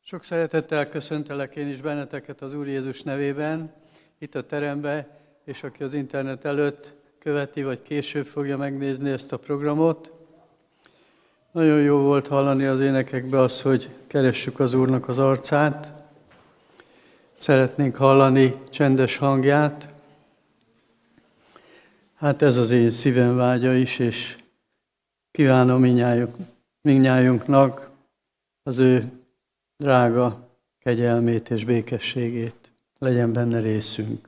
Sok szeretettel köszöntelek én is benneteket az Úr Jézus nevében, itt a teremben, és aki az internet előtt követi, vagy később fogja megnézni ezt a programot. Nagyon jó volt hallani az énekekbe azt, hogy keressük az Úrnak az arcát. Szeretnénk hallani csendes hangját. Hát ez az én szívem vágya is, és kívánom mindnyájunknak az ő drága kegyelmét és békességét. Legyen benne részünk.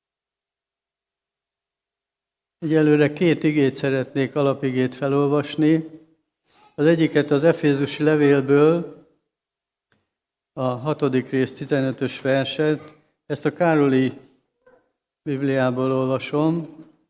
Egyelőre 2 igét szeretnék, alapigét felolvasni. Az egyiket az Efézusi levélből, a 6. rész 15-ös verset. Ezt a Károli Bibliából olvasom.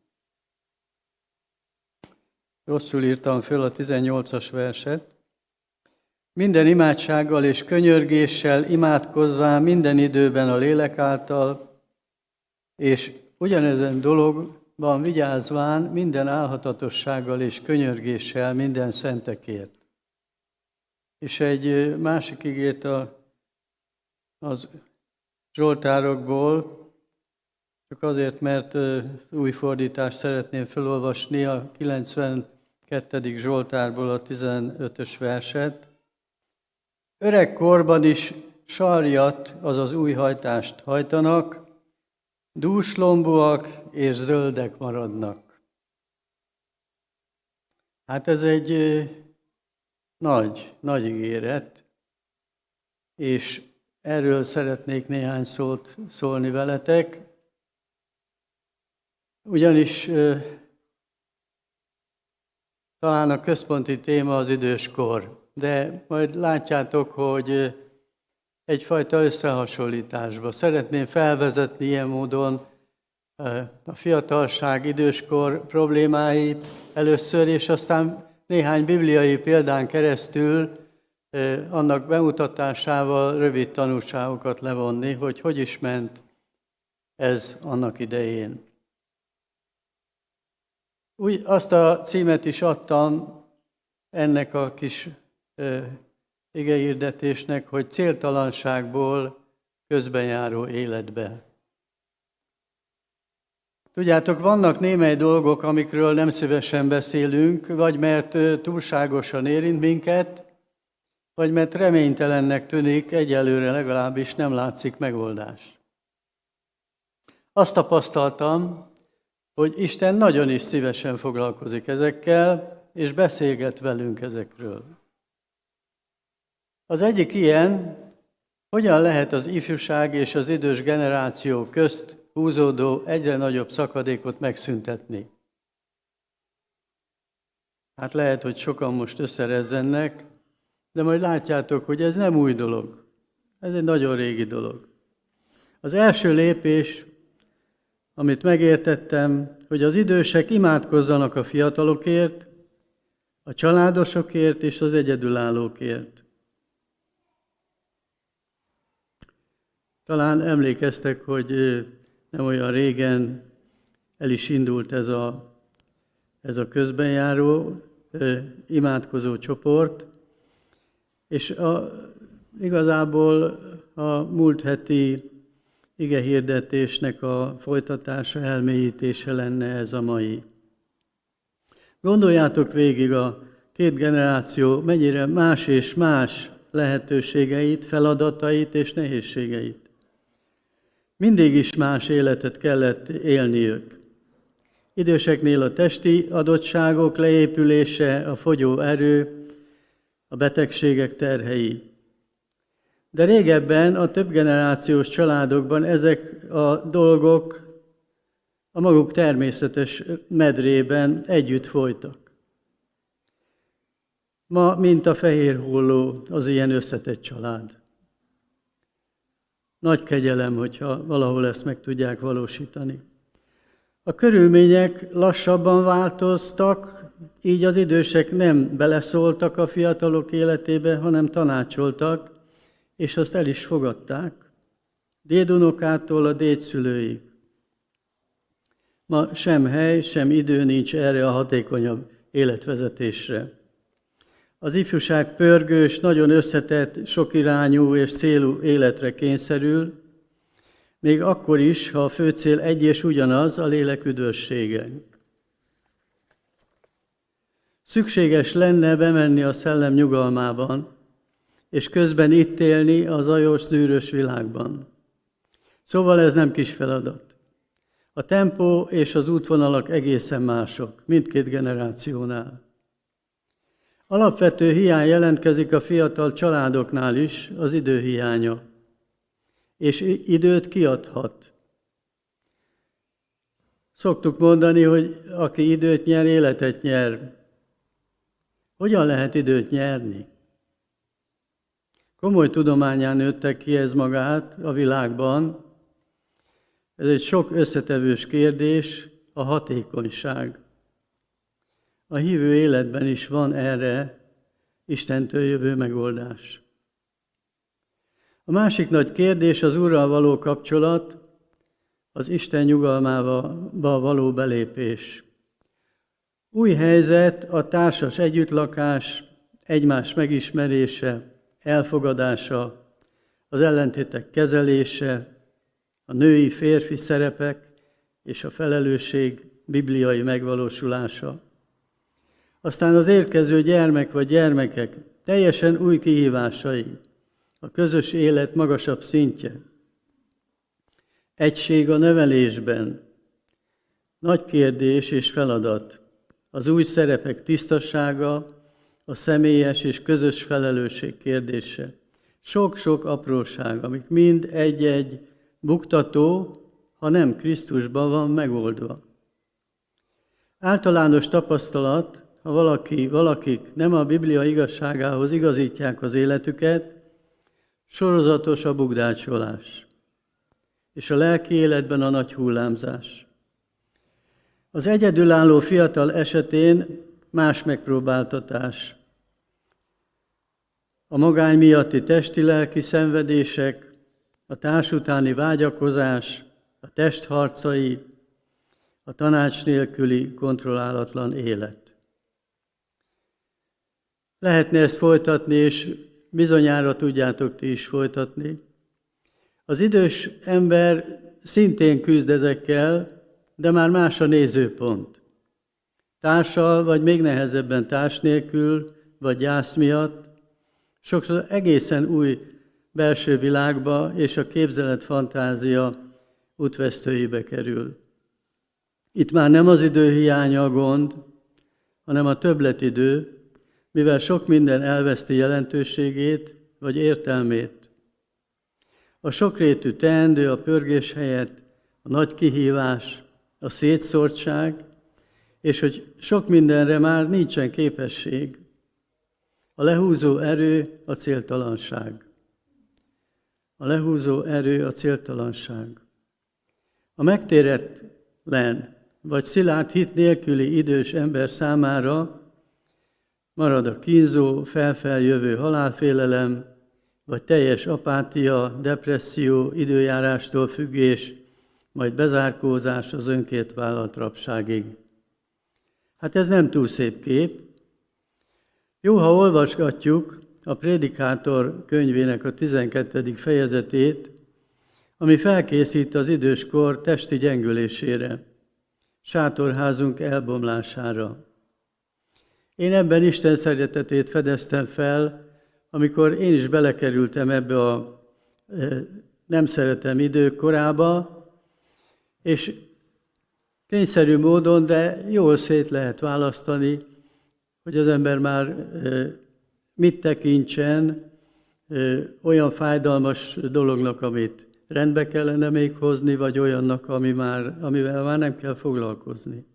Rosszul írtam föl a 18-as verset. Minden imádsággal és könyörgéssel imádkozván minden időben a lélek által, és ugyanezen dologban vigyázván minden álhatatossággal és könyörgéssel minden szentekért. És egy másik igét az Zsoltárokból, csak azért, mert új fordítást szeretném felolvasni, a 92. Zsoltárból a 15-ös verset. Öregkorban is sarjat, azaz új hajtást hajtanak, dúslombúak és zöldek maradnak. Hát ez egy nagy ígéret, és erről szeretnék néhány szót szólni veletek, ugyanis talán a központi téma az időskor, de majd látjátok, hogy egyfajta összehasonlításba. Szeretném felvezetni ilyen módon a fiatalság, időskor problémáit először, és aztán néhány bibliai példán keresztül annak bemutatásával rövid tanulságokat levonni, hogy is ment ez annak idején. Úgy azt a címet is adtam ennek a kis igehirdetésnek, hogy céltalanságból közbenjáró életbe. Tudjátok, vannak némely dolgok, amikről nem szívesen beszélünk, vagy mert túlságosan érint minket, vagy mert reménytelennek tűnik, egyelőre legalábbis nem látszik megoldás. Azt tapasztaltam, hogy Isten nagyon is szívesen foglalkozik ezekkel, és beszélget velünk ezekről. Az egyik ilyen, hogyan lehet az ifjúság és az idős generáció közt húzódó egyre nagyobb szakadékot megszüntetni. Hát lehet, hogy sokan most összerezzennek, de majd látjátok, hogy ez nem új dolog. Ez egy nagyon régi dolog. Az első lépés, amit megértettem, hogy az idősek imádkozzanak a fiatalokért, a családosokért és az egyedülállókért. Talán emlékeztek, hogy nem olyan régen el is indult ez a közbenjáró, imádkozó csoport, és igazából a múlt heti igehirdetésnek a folytatása, elmélyítése lenne ez a mai. Gondoljátok végig a 2 generáció mennyire más és más lehetőségeit, feladatait és nehézségeit. Mindig is más életet kellett élniük. Időseknél a testi adottságok leépülése, a fogyó erő, a betegségek terhei. De régebben a többgenerációs családokban ezek a dolgok a maguk természetes medrében együtt folytak. Ma, mint a fehér holló, az ilyen összetett család. Nagy kegyelem, hogyha valahol ezt meg tudják valósítani. A körülmények lassabban változtak, így az idősek nem beleszóltak a fiatalok életébe, hanem tanácsoltak, és azt el is fogadták, dédunokától a dédszülőig. Ma sem hely, sem idő nincs erre a hatékonyabb életvezetésre. Az ifjúság pörgős, nagyon összetett, sokirányú és célú életre kényszerül, még akkor is, ha a fő cél egy és ugyanaz, a lélek üdvössége. Szükséges lenne bemenni a szellem nyugalmában, és közben itt élni a zajos, zűrös világban. Szóval ez nem kis feladat. A tempó és az útvonalak egészen mások, mindkét generációnál. Alapvető hiány jelentkezik a fiatal családoknál is, az időhiánya. És időt kiadhat. Szoktuk mondani, hogy aki időt nyer, életet nyer. Hogyan lehet időt nyerni? Komoly tudományán nőtte ki ez magát a világban. Ez egy sok összetevős kérdés, a hatékonyság. A hívő életben is van erre Istentől jövő megoldás. A másik nagy kérdés az Úrral való kapcsolat, az Isten nyugalmába való belépés. Új helyzet a társas együttlakás, egymás megismerése, elfogadása, az ellentétek kezelése, a női-férfi szerepek és a felelősség bibliai megvalósulása. Aztán az érkező gyermek vagy gyermekek teljesen új kihívásai, a közös élet magasabb szintje. Egység a nevelésben. Nagy kérdés és feladat. Az új szerepek tisztasága, a személyes és közös felelősség kérdése. Sok-sok apróság, amik mind egy-egy buktató, ha nem Krisztusban van megoldva. Általános tapasztalat, ha valakik nem a Biblia igazságához igazítják az életüket, sorozatos a bugdácsolás, és a lelki életben a nagy hullámzás. Az egyedülálló fiatal esetén más megpróbáltatás. A magány miatti testi-lelki szenvedések, a társ utáni vágyakozás, a testharcai, a tanács nélküli kontrollálatlan élet. Lehetne ezt folytatni, és bizonyára tudjátok ti is folytatni. Az idős ember szintén küzd ezekkel, de már más a nézőpont. Társal, vagy még nehezebben társ nélkül, vagy gyász miatt, sokszor egészen új belső világba és a képzelet fantázia útvesztőibe kerül. Itt már nem az idő hiánya a gond, hanem a többletidő, mivel sok minden elveszti jelentőségét vagy értelmét. A sokrétű teendő, a pörgés helyett a nagy kihívás, a szétszórtság, és hogy sok mindenre már nincsen képesség. A lehúzó erő a céltalanság. A lehúzó erő a céltalanság. A megtéretlen vagy szilárd hit nélküli idős ember számára marad a kínzó, felfeljövő halálfélelem, vagy teljes apátia, depresszió, időjárástól függés, majd bezárkózás az önként vállalt rabságig. Hát ez nem túl szép kép. Jó, ha olvasgatjuk a Prédikátor könyvének a 12. fejezetét, ami felkészít az időskor testi gyengülésére, sátorházunk elbomlására. Én ebben Isten szeretetét fedeztem fel, amikor én is belekerültem ebbe a nem szeretem időkorába, és kényszerű módon, de jól szét lehet választani, hogy az ember már mit tekintsen olyan fájdalmas dolognak, amit rendbe kellene még hozni, vagy olyannak, amivel már nem kell foglalkozni.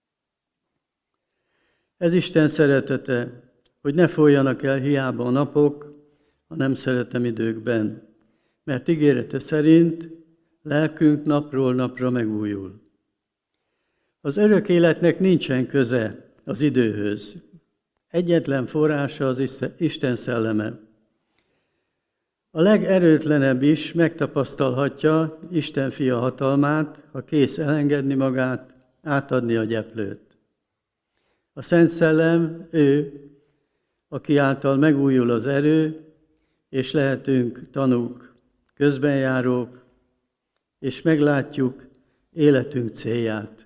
Ez Isten szeretete, hogy ne folyjanak el hiába a napok a nem szeretem időkben, mert ígérete szerint lelkünk napról napra megújul. Az örök életnek nincsen köze az időhöz. Egyetlen forrása az Isten szelleme. A legerőtlenebb is megtapasztalhatja Isten fia hatalmát, ha kész elengedni magát, átadni a gyeplőt. A Szent Szellem, ő aki által megújul az erő, és lehetünk tanúk, közbenjárók, és meglátjuk életünk célját.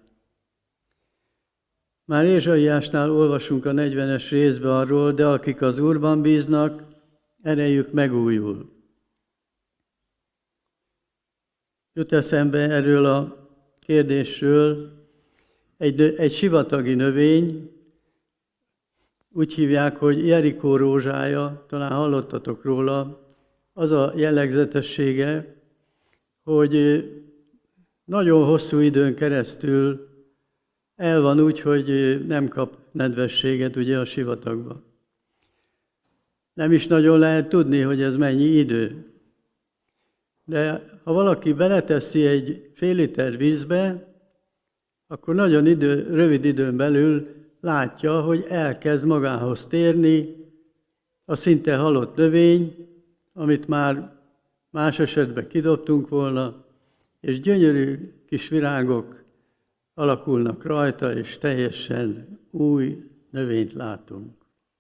Már Ézsaiásnál olvasunk a 40-es részbe arról, de akik az Úrban bíznak, erejük megújul. Jut eszembe erről a kérdésről egy sivatagi növény, úgy hívják, hogy Jerikó rózsája, talán hallottatok róla, az a jellegzetessége, hogy nagyon hosszú időn keresztül el van úgy, hogy nem kap nedvességet ugye a sivatagban. Nem is nagyon lehet tudni, hogy ez mennyi idő. De ha valaki beleteszi egy fél liter vízbe, akkor nagyon rövid időn belül látja, hogy elkezd magához térni a szinte halott növény, amit már más esetben kidobtunk volna, és gyönyörű kis virágok alakulnak rajta, és teljesen új növényt látunk.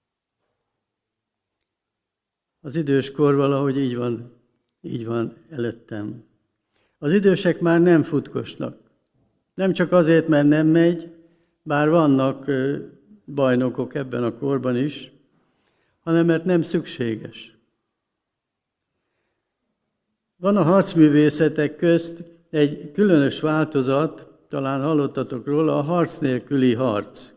Az idős kor valahogy így van előttem. Az idősek már nem futkosnak. Nem csak azért, mert nem megy, bár vannak bajnokok ebben a korban is, hanem mert nem szükséges. Van a harcművészetek közt egy különös változat, talán hallottatok róla, a harc nélküli harc.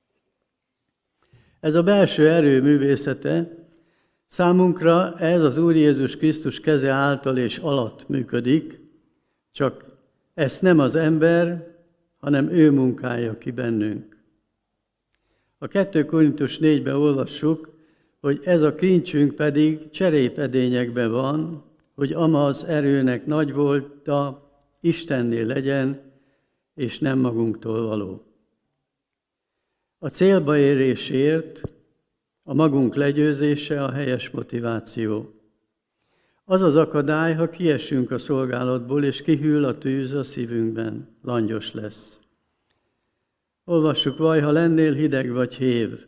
Ez a belső erő művészete, számunkra ez az Úr Jézus Krisztus keze által és alatt működik, csak ezt nem az ember, hanem ő munkálja ki bennünk. A 2 Korintus 4-ben olvassuk, hogy ez a kincsünk pedig cserépedényekben van, hogy ama az erőnek nagy volta, Istennél legyen, és nem magunktól való. A célba érésért a magunk legyőzése a helyes motiváció. Az az akadály, ha kiesünk a szolgálatból, és kihűl a tűz a szívünkben, langyos lesz. Olvassuk, vaj, ha lennél hideg vagy hév.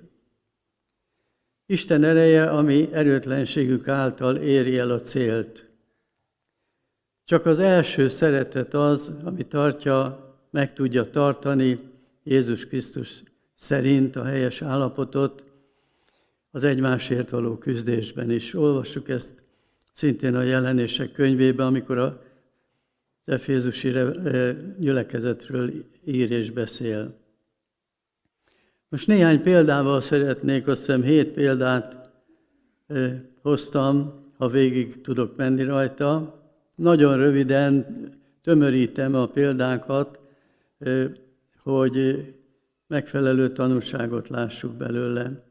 Isten ereje, ami erőtlenségük által éri el a célt. Csak az első szeretet az, ami meg tudja tartani Jézus Krisztus szerint a helyes állapotot az egymásért való küzdésben is. Olvassuk ezt szintén a Jelenések könyvében, amikor az efézusi gyülekezetről ír és beszél. Most néhány példával szeretnék, azt hiszem 7 példát hoztam, ha végig tudok menni rajta. Nagyon röviden tömörítem a példákat, hogy megfelelő tanulságot lássuk belőle.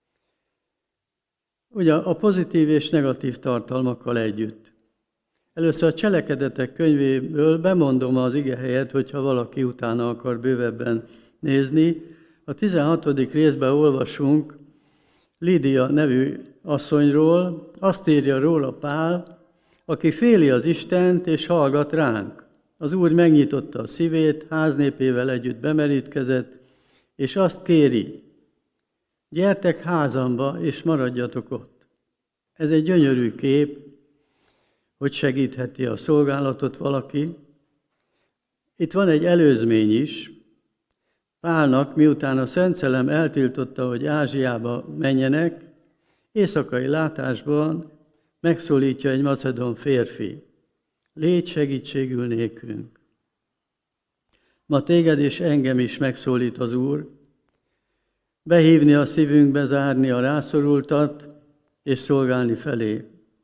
Ugye a pozitív és negatív tartalmakkal együtt. Először a Cselekedetek könyvéből bemondom az igehelyet, hogyha valaki utána akar bővebben nézni. A 16. részben olvasunk Lídia nevű asszonyról, azt írja róla Pál, aki féli az Istent és hallgat ránk. Az Úr megnyitotta a szívét, háznépével együtt bemerítkezett, és azt kéri, gyertek házamba, és maradjatok ott. Ez egy gyönyörű kép, hogy segítheti a szolgálatot valaki. Itt van egy előzmény is. Pálnak, miután a Szent Szellem eltiltotta, hogy Ázsiába menjenek, éjszakai látásban megszólítja egy macedón férfi. Légy segítségül nékünk. Ma téged és engem is megszólít az Úr, behívni a szívünkbe, zárni a rászorultat, és szolgálni felé.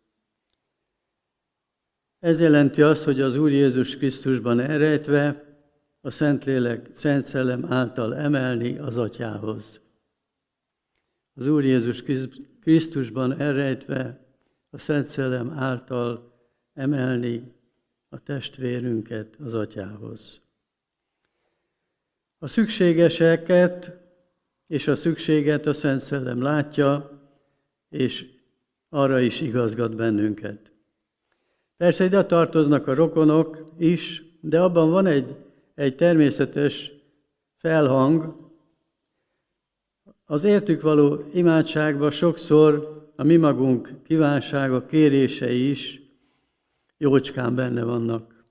Ez jelenti azt, hogy az Úr Jézus Krisztusban elrejtve, a Szentlélek, Szent Szellem által emelni az Atyához. Az Úr Jézus Krisztusban elrejtve, a Szent Szellem által emelni a testvérünket az Atyához. A szükségeseket és a szükséget a Szent Szellem látja, és arra is igazgat bennünket. Persze ide tartoznak a rokonok is, de abban van egy természetes felhang, Az értük való imádságban sokszor a mi magunk kívánsága, kérései is jócskán benne vannak.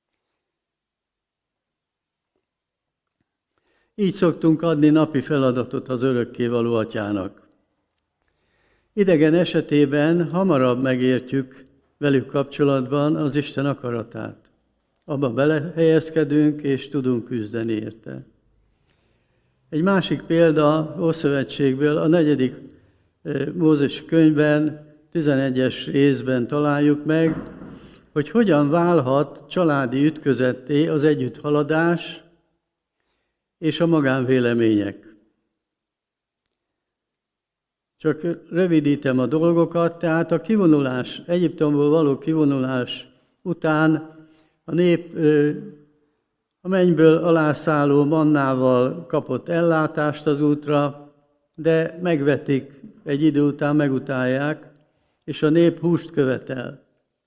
Így szoktunk adni napi feladatot az örökkévaló Atyának. Idegen esetében hamarabb megértjük velük kapcsolatban az Isten akaratát. Abba belehelyezkedünk, és tudunk küzdeni érte. Egy másik példa Ószövetségből, a 4. Mózes könyvben, 11-es részben találjuk meg, hogy hogyan válhat családi ütközetté az együtthaladás és a magánvélemények. Csak rövidítem a dolgokat, tehát a kivonulás, Egyiptomból való kivonulás után a nép a mennyből alászálló mannával kapott ellátást az útra, de megvetik, egy idő után megutálják, és a nép húst követel.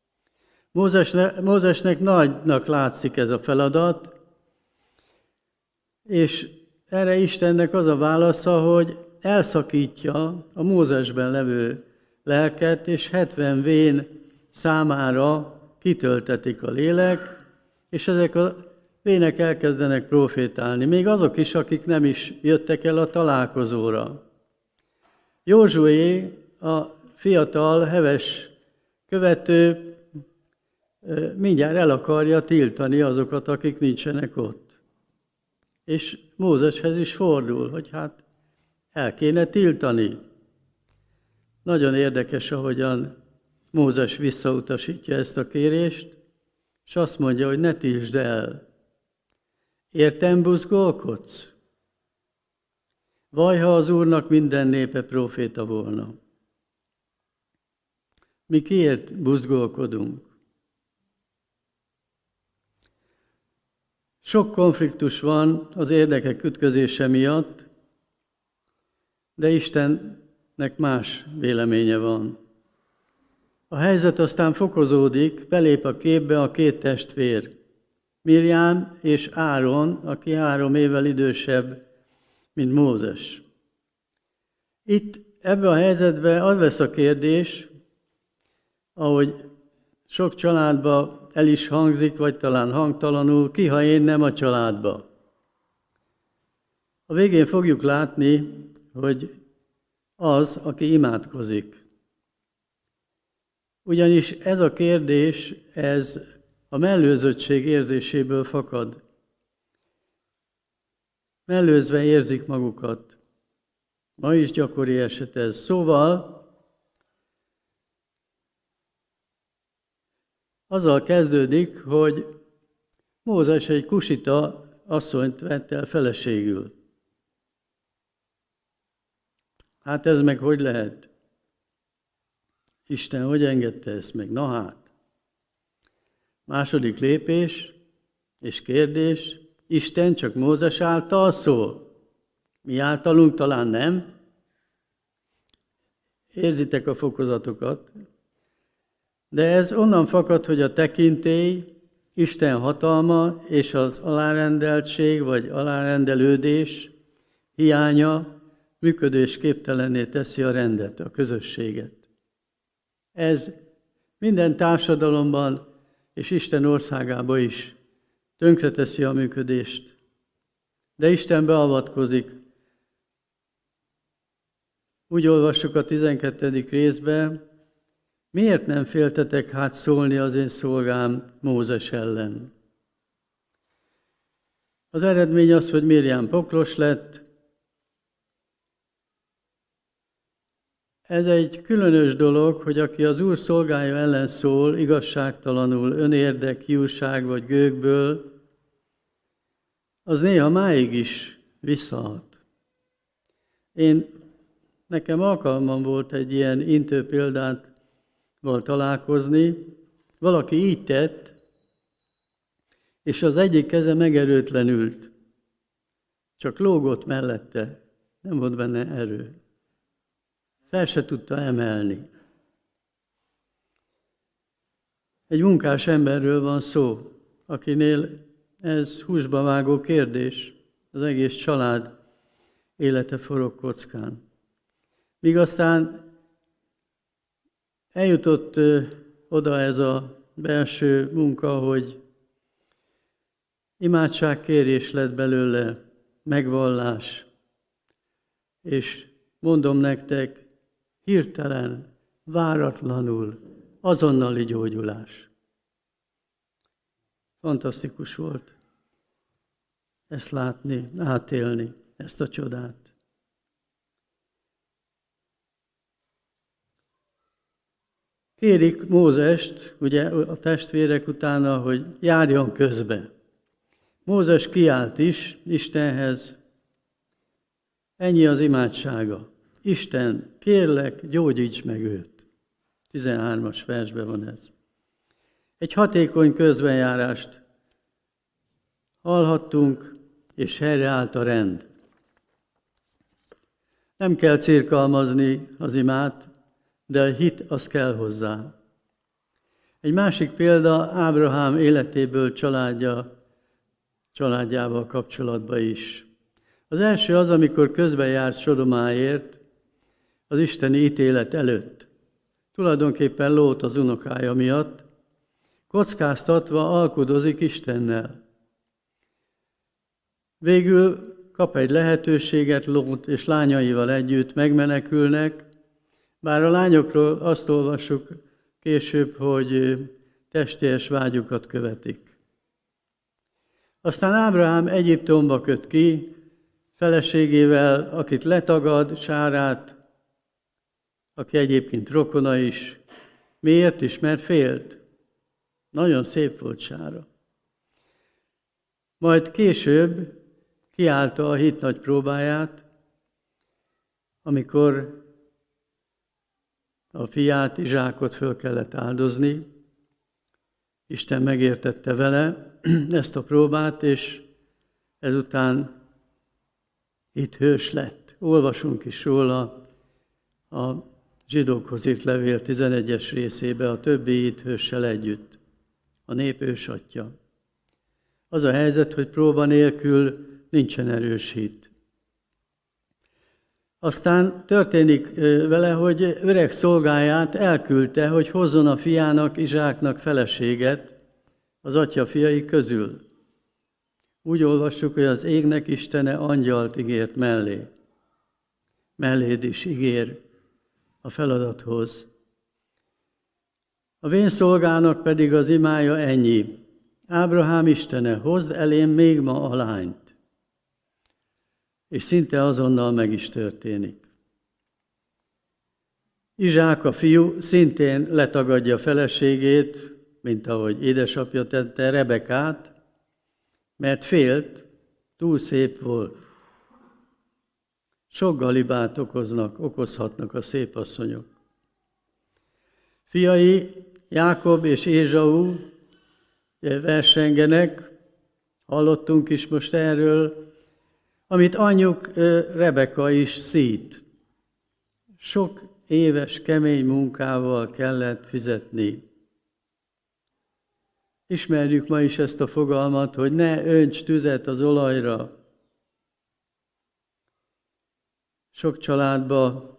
Mózesnek nagynak látszik ez a feladat, és erre Istennek az a válasza, hogy elszakítja a Mózesben levő lelket, és 70 vén számára kitöltetik a lélek, és ezek a vének elkezdenek profétálni, még azok is, akik nem is jöttek el a találkozóra. Józsué, a fiatal, heves követő mindjárt el akarja tiltani azokat, akik nincsenek ott. És Mózeshez is fordul, hogy hát el kéne tiltani. Nagyon érdekes, ahogyan Mózes visszautasítja ezt a kérést, és azt mondja, hogy ne tiltsd el. Értem buzgolkodsz? Vaj, ha az Úrnak minden népe próféta volna. Mi kiért buzgolkodunk? Sok konfliktus van az érdekek ütközése miatt, de Istennek más véleménye van. A helyzet aztán fokozódik, belép a képbe a 2 testvér, Mirjám és Áron, aki 3 évvel idősebb, mint Mózes. Itt ebben a helyzetben az lesz a kérdés, ahogy sok családban el is hangzik, vagy talán hangtalanul, ki, ha én nem a családba. A végén fogjuk látni, hogy az, aki imádkozik. Ugyanis ez a kérdés, ez a mellőzöttség érzéséből fakad. Mellőzve érzik magukat. Ma is gyakori eset ez. Szóval azzal kezdődik, hogy Mózes egy kusita asszonyt vett el feleségül. Hát ez meg hogy lehet? Isten hogy engedte ezt meg? Na hát. Második lépés és kérdés, Isten csak Mózes által szól. Mi általunk talán nem? Érzitek a fokozatokat? De ez onnan fakad, hogy a tekintély, Isten hatalma és az alárendeltség vagy alárendelődés hiánya működésképtelenné teszi a rendet, a közösséget. Ez minden társadalomban és Isten országában is tönkreteszi a működést. De Isten beavatkozik. Úgy olvassuk a 12. részben, miért nem féltetek hát szólni az én szolgám Mózes ellen? Az eredmény az, hogy Mirjám poklos lett. Ez egy különös dolog, hogy aki az Úr szolgája ellen szól, igazságtalanul, önérdek, hiúság vagy gőgből, az néha máig is visszahat. Nekem alkalmam volt egy ilyen intő példát találkozni. Valaki így tett, és az egyik keze megerőtlenült. Csak lógott mellette, nem volt benne erő. Fel se tudta emelni. Egy munkás emberről van szó, akinél ez húsba vágó kérdés, az egész család élete forog kockán. Míg aztán eljutott oda ez a belső munka, hogy imádságkérés lett belőle, megvallás, és mondom nektek, hirtelen, váratlanul, azonnali gyógyulás. Fantasztikus volt ezt látni, átélni, ezt a csodát. Kérik Mózest, ugye a testvérek utána, hogy járjon közbe. Mózes kiált is Istenhez. Ennyi az imádsága. Isten, kérlek, gyógyíts meg őt. 13-as versben van ez. Egy hatékony közbenjárást hallhattunk, és helyreállt a rend. Nem kell cirkalmazni az imát, de a hit az kell hozzá. Egy másik példa Ábrahám életéből családjával kapcsolatban is. Az első az, amikor közben járt Sodomáért az isteni ítélet előtt. Tulajdonképpen Lót az unokája miatt, kockáztatva alkudozik Istennel. Végül kap egy lehetőséget, Lót és lányaival együtt megmenekülnek, bár a lányokról azt olvassuk később, hogy testélyes vágyukat követik. Aztán Ábrahám Egyiptomba köt ki, feleségével, akit letagad, Sárát, aki egyébként rokona is. Miért is? Mert félt. Nagyon szép volt Sára. Majd később kiállta a hit nagy próbáját, amikor a fiát, Izsákot föl kellett áldozni. Isten megértette vele ezt a próbát, és ezután itt hős lett. Olvasunk is róla a Zsidókhoz írt levél 11-es részébe a többi itt hőssel együtt. A nép ősatja. Az a helyzet, hogy próba nélkül nincsen erős hit. Aztán történik vele, hogy öreg szolgáját elküldte, hogy hozzon a fiának, Izsáknak feleséget az atya fiai közül. Úgy olvassuk, hogy az égnek Istene angyalt ígért mellé. Melléd is ígér a feladathoz. A vén szolgának pedig az imája ennyi. Ábrahám Istene, hozd elém még ma a lányt. És szinte azonnal meg is történik. Izsák a fiú szintén letagadja feleségét, mint ahogy édesapja tette, Rebekát, mert félt, túl szép volt. Sok galibát okozhatnak a szép asszonyok. Fiai, Jákob és Ézsau versengenek, hallottunk is most erről, amit anyjuk Rebeka is szít. Sok éves kemény munkával kellett fizetni. Ismerjük ma is ezt a fogalmat, hogy ne önts tüzet az olajra. Sok családba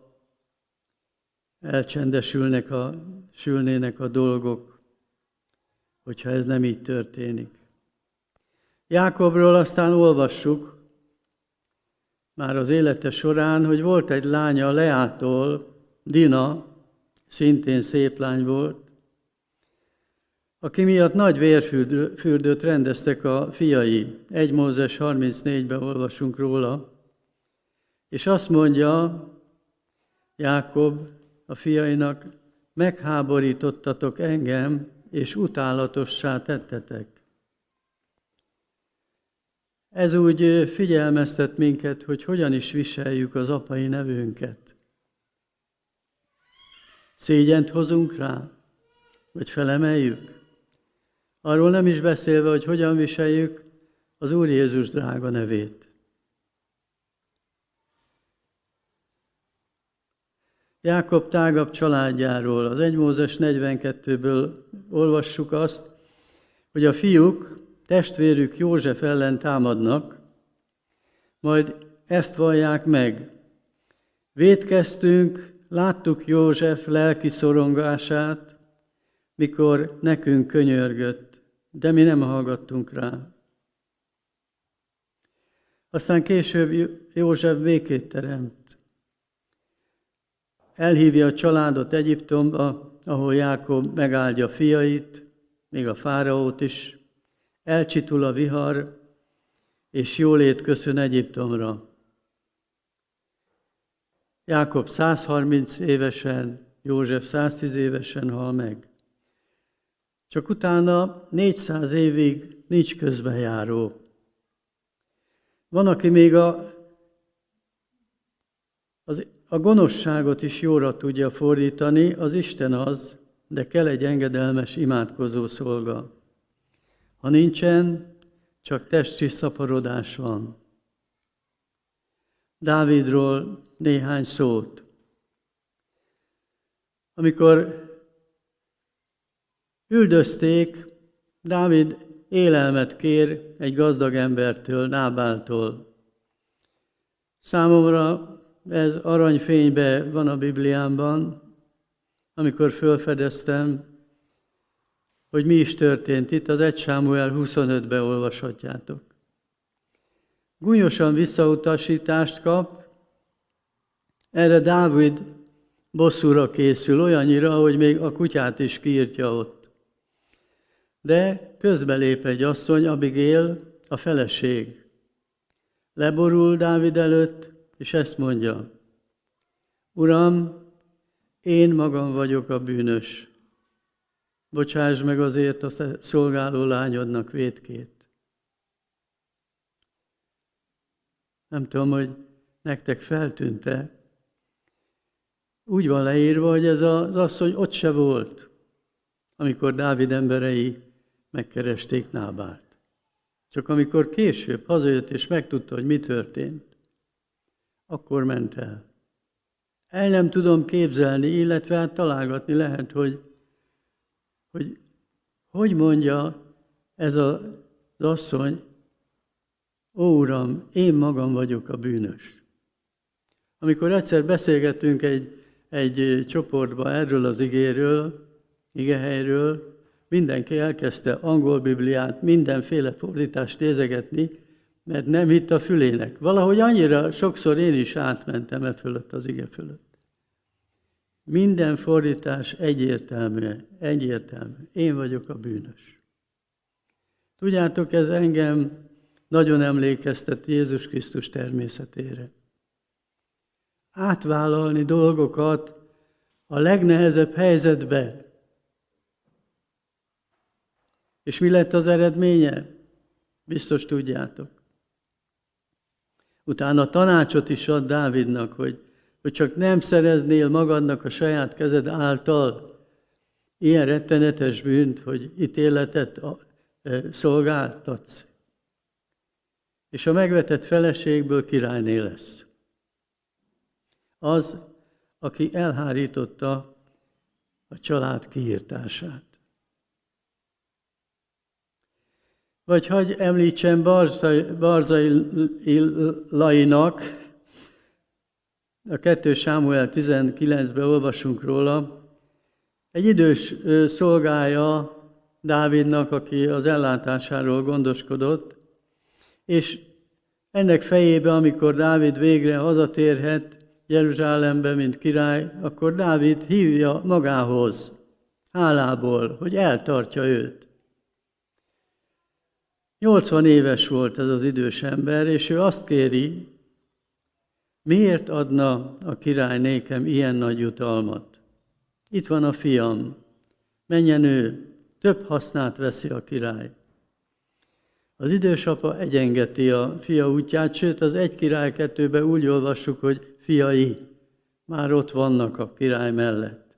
sülnének a dolgok, hogyha ez nem így történik. Jákobról aztán olvassuk, már az élete során, hogy volt egy lánya Leától, Dina, szintén szép lány volt, aki miatt nagy vérfürdőt rendeztek a fiai. 1 Mózes 34-ben olvasunk róla, és azt mondja Jákob a fiainak, megháborítottatok engem, és utálatossá tettetek. Ez úgy figyelmeztet minket, hogy hogyan is viseljük az apai nevünket. Szégyent hozunk rá, vagy felemeljük? Arról nem is beszélve, hogy hogyan viseljük az Úr Jézus drága nevét. Jákob tágabb családjáról, az 1 Mózes 42-ből olvassuk azt, hogy a fiúk testvérük József ellen támadnak, majd ezt vallják meg. Vétkeztünk, láttuk József lelki szorongását, mikor nekünk könyörgött, de mi nem hallgattunk rá. Aztán később József békét teremt. Elhívja a családot Egyiptomba, ahol Jákob megáldja fiait, még a fáraót is. Elcsitul a vihar, és jólét köszön Egyiptomra. Jákob 130 évesen, József 110 évesen hal meg. Csak utána 400 évig nincs közbenjáró. Van, aki még a gonoszságot is jóra tudja fordítani, az Isten az, de kell egy engedelmes, imádkozó szolga. Ha nincsen, csak testi szaporodás van. Dávidról néhány szót. Amikor üldözték, Dávid élelmet kér egy gazdag embertől, Nábáltól. Számomra ez aranyfényben van a Bibliámban, amikor felfedeztem, hogy mi is történt itt, az 1 Sámuel 25-ben olvashatjátok. Gúnyosan visszautasítást kap, erre Dávid bosszúra készül, olyannyira, hogy még a kutyát is kiírtja ott. De közbelép egy asszony, Abigail, a feleség. Leborul Dávid előtt, és ezt mondja: Uram, én magam vagyok a bűnös. Bocsáss meg azért a szolgáló lányodnak vétkét. Nem tudom, hogy nektek feltűnt-e. Úgy van leírva, hogy ez az asszony ott se volt, amikor Dávid emberei megkeresték Nábált. Csak amikor később hazajött és megtudta, hogy mi történt, akkor ment el. El nem tudom képzelni, illetve hát találgatni lehet, hogy mondja ez az asszony: Ó, Uram, én magam vagyok a bűnös. Amikor egyszer beszélgettünk egy csoportban erről az igehelyről, mindenki elkezdte angol bibliát, mindenféle fordítást nézegetni, mert nem hitt a fülének. Valahogy annyira sokszor én is átmentem e fölött, az ige fölött. Minden fordítás egyértelmű. Én vagyok a bűnös. Tudjátok, ez engem nagyon emlékeztet Jézus Krisztus természetére. Átvállalni dolgokat a legnehezebb helyzetbe. És mi lett az eredménye? Biztos tudjátok. Utána tanácsot is ad Dávidnak, hogy csak nem szereznél magadnak a saját kezed által ilyen rettenetes bűnt, hogy ítéletet szolgáltatsz. És a megvetett feleségből királyné lesz. Az, aki elhárította a család kiirtását. Vagy hagy említsem Barzai Lainak, a 2 Sámuel 19-ben olvasunk róla, egy idős szolgája Dávidnak, aki az ellátásáról gondoskodott, és ennek fejébe, amikor Dávid végre hazatérhet Jeruzsálembe, mint király, akkor Dávid hívja magához, hálából, hogy eltartja őt. 80 éves volt ez az idős ember, és ő azt kéri, miért adna a király nékem ilyen nagy jutalmat? Itt van a fiam, menjen ő, több hasznát veszi a király. Az idősapa egyengeti a fia útját, sőt az 1 Király 2-ben úgy olvassuk, hogy fiai már ott vannak a király mellett.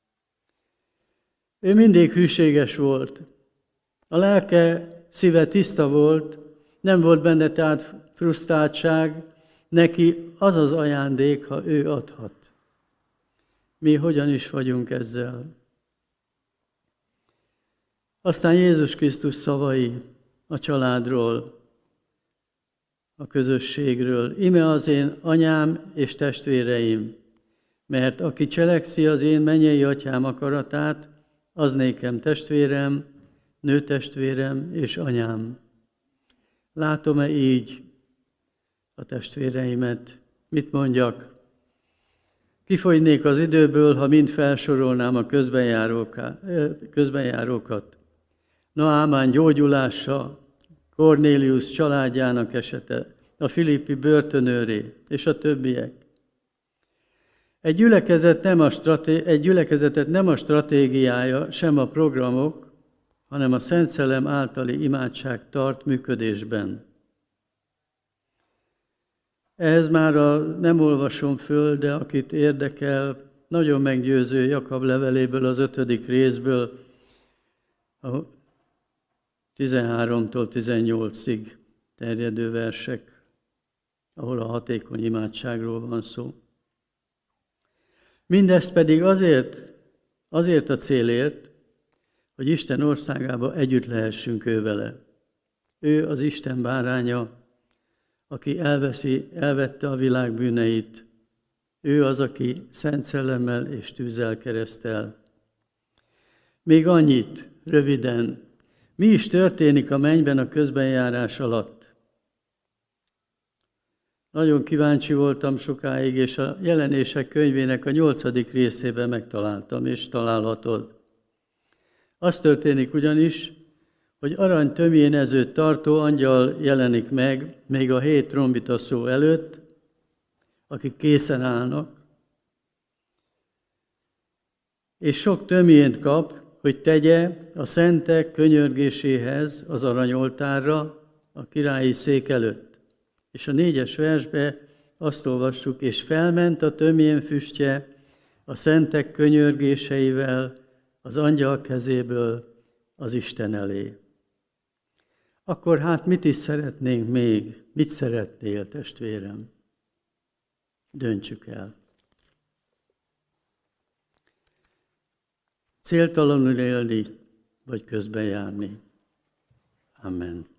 Ő mindig hűséges volt. A lelke, szíve tiszta volt, nem volt benne tehát frusztráltság, neki az az ajándék, ha ő adhat. Mi hogyan is vagyunk ezzel? Aztán Jézus Krisztus szavai a családról. a közösségről. Ime az én anyám és testvéreim, mert aki cselekszi az én mennyei atyám akaratát, az nékem testvérem, nőtestvérem és anyám. Látom-e így a testvéreimet? Mit mondjak? Kifogynék az időből, ha mind felsorolnám a közbenjárókat. Naámán gyógyulása, Kornélius családjának esete, a filippi börtönőré és a többiek. Egy gyülekezetet nem a stratégiája, sem a programok, hanem a Szent Szellem általi imádság tart működésben. Ehhez már nem olvasom föl, de akit érdekel, nagyon meggyőző Jakab leveléből, az 5. részből, a 13-tól 18-ig terjedő versek, ahol a hatékony imádságról van szó. Mindezt pedig azért a célért, hogy Isten országába együtt lehessünk ővele. Ő az Isten báránya, aki elvette a világ bűneit. Ő az, aki Szent Szellemmel és tűzzel keresztel. Még annyit, röviden, mi is történik a mennyben a közbenjárás alatt? Nagyon kíváncsi voltam sokáig, és a Jelenések könyvének a 8. részében megtaláltam, és találhatod. Az történik ugyanis, hogy arany tömjénezőt tartó angyal jelenik meg, még a 7 trombita szó előtt, akik készen állnak, és sok tömjént kap, hogy tegye a szentek könyörgéséhez az aranyoltárra a királyi szék előtt. És a 4. versbe azt olvassuk, és felment a tömjén füstje a szentek könyörgéseivel az angyal kezéből az Isten elé. Akkor hát mit is szeretnénk még? Mit szeretnél, testvérem? Döntsük el. Céltalanul élni, vagy közben járni. Amen.